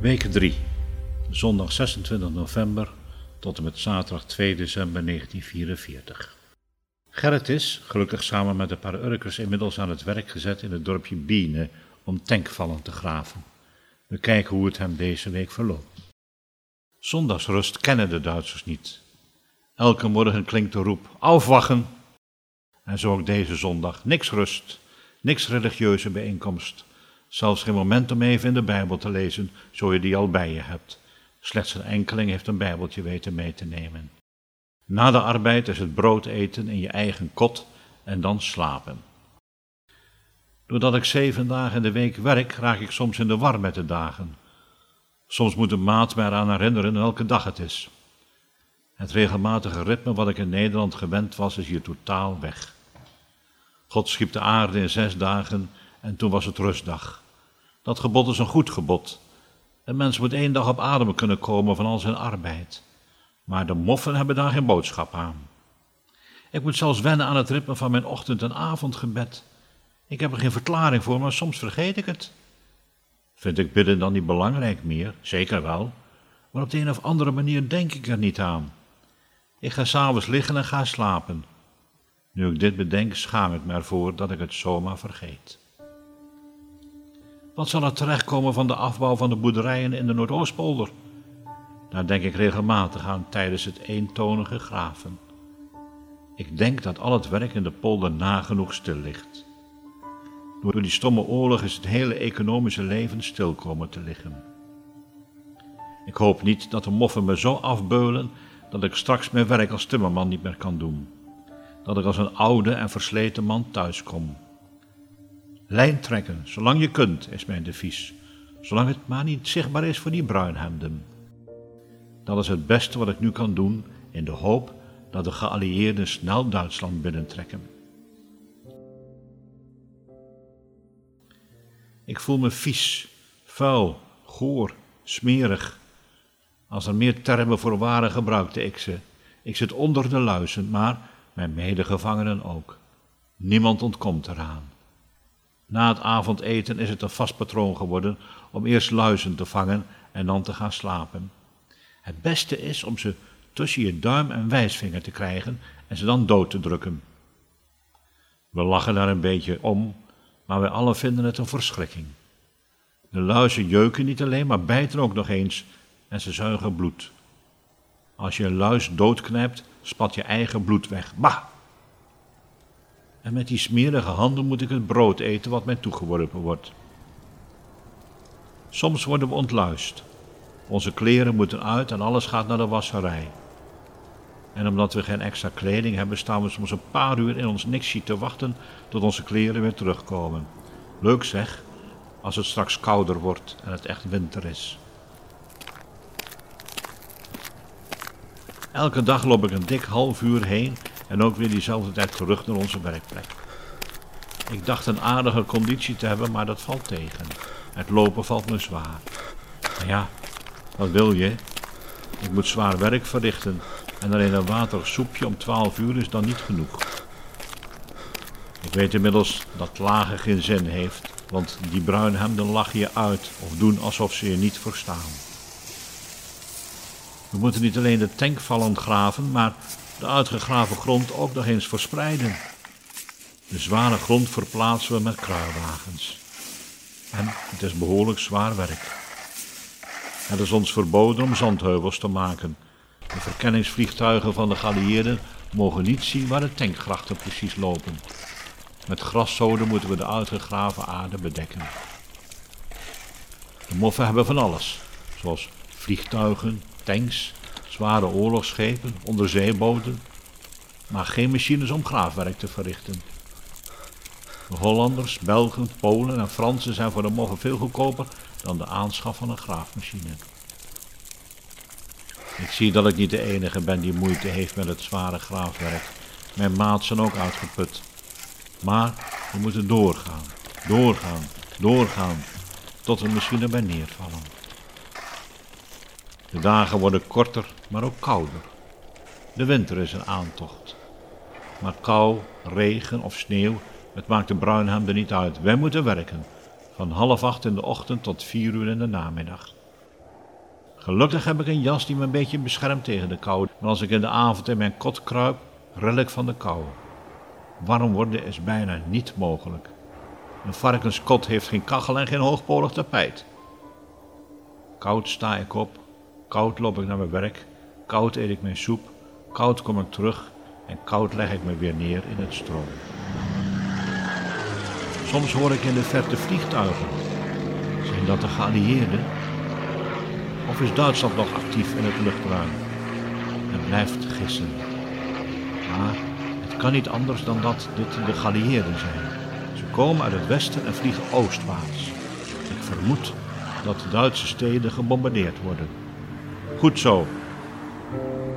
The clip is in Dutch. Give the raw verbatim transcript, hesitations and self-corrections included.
Week drie, zondag zesentwintig november tot en met zaterdag twee december negentienhonderdvierenveertig. Gerrit is, gelukkig samen met een paar Urkers, inmiddels aan het werk gezet in het dorpje Biene om tankvallen te graven. We kijken hoe het hem deze week verloopt. Zondagsrust kennen de Duitsers niet. Elke morgen klinkt de roep, aufwachen! En zo ook deze zondag, niks rust, niks religieuze bijeenkomst. Zelfs geen moment om even in de Bijbel te lezen, zo je die al bij je hebt. Slechts een enkeling heeft een Bijbeltje weten mee te nemen. Na de arbeid is het brood eten in je eigen kot en dan slapen. Doordat ik zeven dagen in de week werk, raak ik soms in de war met de dagen. Soms moet een maat mij eraan herinneren welke dag het is. Het regelmatige ritme wat ik in Nederland gewend was, is hier totaal weg. God schiep de aarde in zes dagen en toen was het rustdag. Dat gebod is een goed gebod. Een mens moet één dag op adem kunnen komen van al zijn arbeid. Maar de moffen hebben daar geen boodschap aan. Ik moet zelfs wennen aan het ritme van mijn ochtend- en avondgebed. Ik heb er geen verklaring voor, maar soms vergeet ik het. Vind ik bidden dan niet belangrijk meer? Zeker wel. Maar op de een of andere manier denk ik er niet aan. Ik ga 's avonds liggen en ga slapen. Nu ik dit bedenk, schaam ik me ervoor dat ik het zomaar vergeet. Wat zal er terechtkomen van de afbouw van de boerderijen in de Noordoostpolder? Daar denk ik regelmatig aan tijdens het eentonige graven. Ik denk dat al het werk in de polder nagenoeg stil ligt. Door die stomme oorlog is het hele economische leven stil komen te liggen. Ik hoop niet dat de moffen me zo afbeulen dat ik straks mijn werk als timmerman niet meer kan doen. Dat ik als een oude en versleten man thuiskom. Lijn trekken, zolang je kunt, is mijn devies. Zolang het maar niet zichtbaar is voor die bruinhemden. Dat is het beste wat ik nu kan doen, in de hoop dat de geallieerden snel Duitsland binnentrekken. Ik voel me vies, vuil, goor, smerig. Als er meer termen voor waren, gebruikte ik ze. Ik zit onder de luizen, maar mijn medegevangenen ook. Niemand ontkomt eraan. Na het avondeten is het een vast patroon geworden om eerst luizen te vangen en dan te gaan slapen. Het beste is om ze tussen je duim en wijsvinger te krijgen en ze dan dood te drukken. We lachen daar een beetje om, maar wij allen vinden het een verschrikking. De luizen jeuken niet alleen, maar bijten ook nog eens en ze zuigen bloed. Als je een luis doodknijpt, spat je eigen bloed weg. Bah! En met die smerige handen moet ik het brood eten wat mij toegeworpen wordt. Soms worden we ontluist. Onze kleren moeten uit en alles gaat naar de wasserij. En omdat we geen extra kleding hebben, staan we soms een paar uur in ons niksje te wachten tot onze kleren weer terugkomen. Leuk zeg, als het straks kouder wordt en het echt winter is. Elke dag loop ik een dik half uur heen en ook weer diezelfde tijd terug naar onze werkplek. Ik dacht een aardige conditie te hebben, maar dat valt tegen. Het lopen valt me zwaar. Maar ja, wat wil je? Ik moet zwaar werk verrichten en alleen een waterig soepje om twaalf uur is dan niet genoeg. Ik weet inmiddels dat klagen geen zin heeft, want die bruinhemden lachen je uit of doen alsof ze je niet verstaan. We moeten niet alleen de tankvallen graven, maar de uitgegraven grond ook nog eens verspreiden. De zware grond verplaatsen we met kruiwagens. En het is behoorlijk zwaar werk. Het is ons verboden om zandheuvels te maken. De verkenningsvliegtuigen van de geallieerden mogen niet zien waar de tankgrachten precies lopen. Met graszoden moeten we de uitgegraven aarde bedekken. De moffen hebben van alles, zoals vliegtuigen, tanks, zware oorlogsschepen, onderzeeboten, maar geen machines om graafwerk te verrichten. De Hollanders, Belgen, Polen en Fransen zijn voor de moffen veel goedkoper dan de aanschaf van een graafmachine. Ik zie dat ik niet de enige ben die moeite heeft met het zware graafwerk. Mijn maat zijn ook uitgeput. Maar we moeten doorgaan, doorgaan, doorgaan, tot we misschien erbij neervallen. De dagen worden korter, maar ook kouder. De winter is een aantocht. Maar kou, regen of sneeuw, het maakt de bruinhemden niet uit. Wij moeten werken, van half acht in de ochtend tot vier uur in de namiddag. Gelukkig heb ik een jas die me een beetje beschermt tegen de kou. En als ik in de avond in mijn kot kruip, ril ik van de kou. Warm worden is bijna niet mogelijk. Een varkenskot heeft geen kachel en geen hoogpolig tapijt. Koud sta ik op, koud loop ik naar mijn werk, koud eet ik mijn soep, koud kom ik terug en koud leg ik me weer neer in het stro. Soms hoor ik in de verte vliegtuigen. Zijn dat de geallieerden? Of is Duitsland nog actief in het luchtruim? Het blijft gissen. Maar het kan niet anders dan dat dit de geallieerden zijn. Ze komen uit het westen en vliegen oostwaarts. Ik vermoed dat de Duitse steden gebombardeerd worden. Goed zo.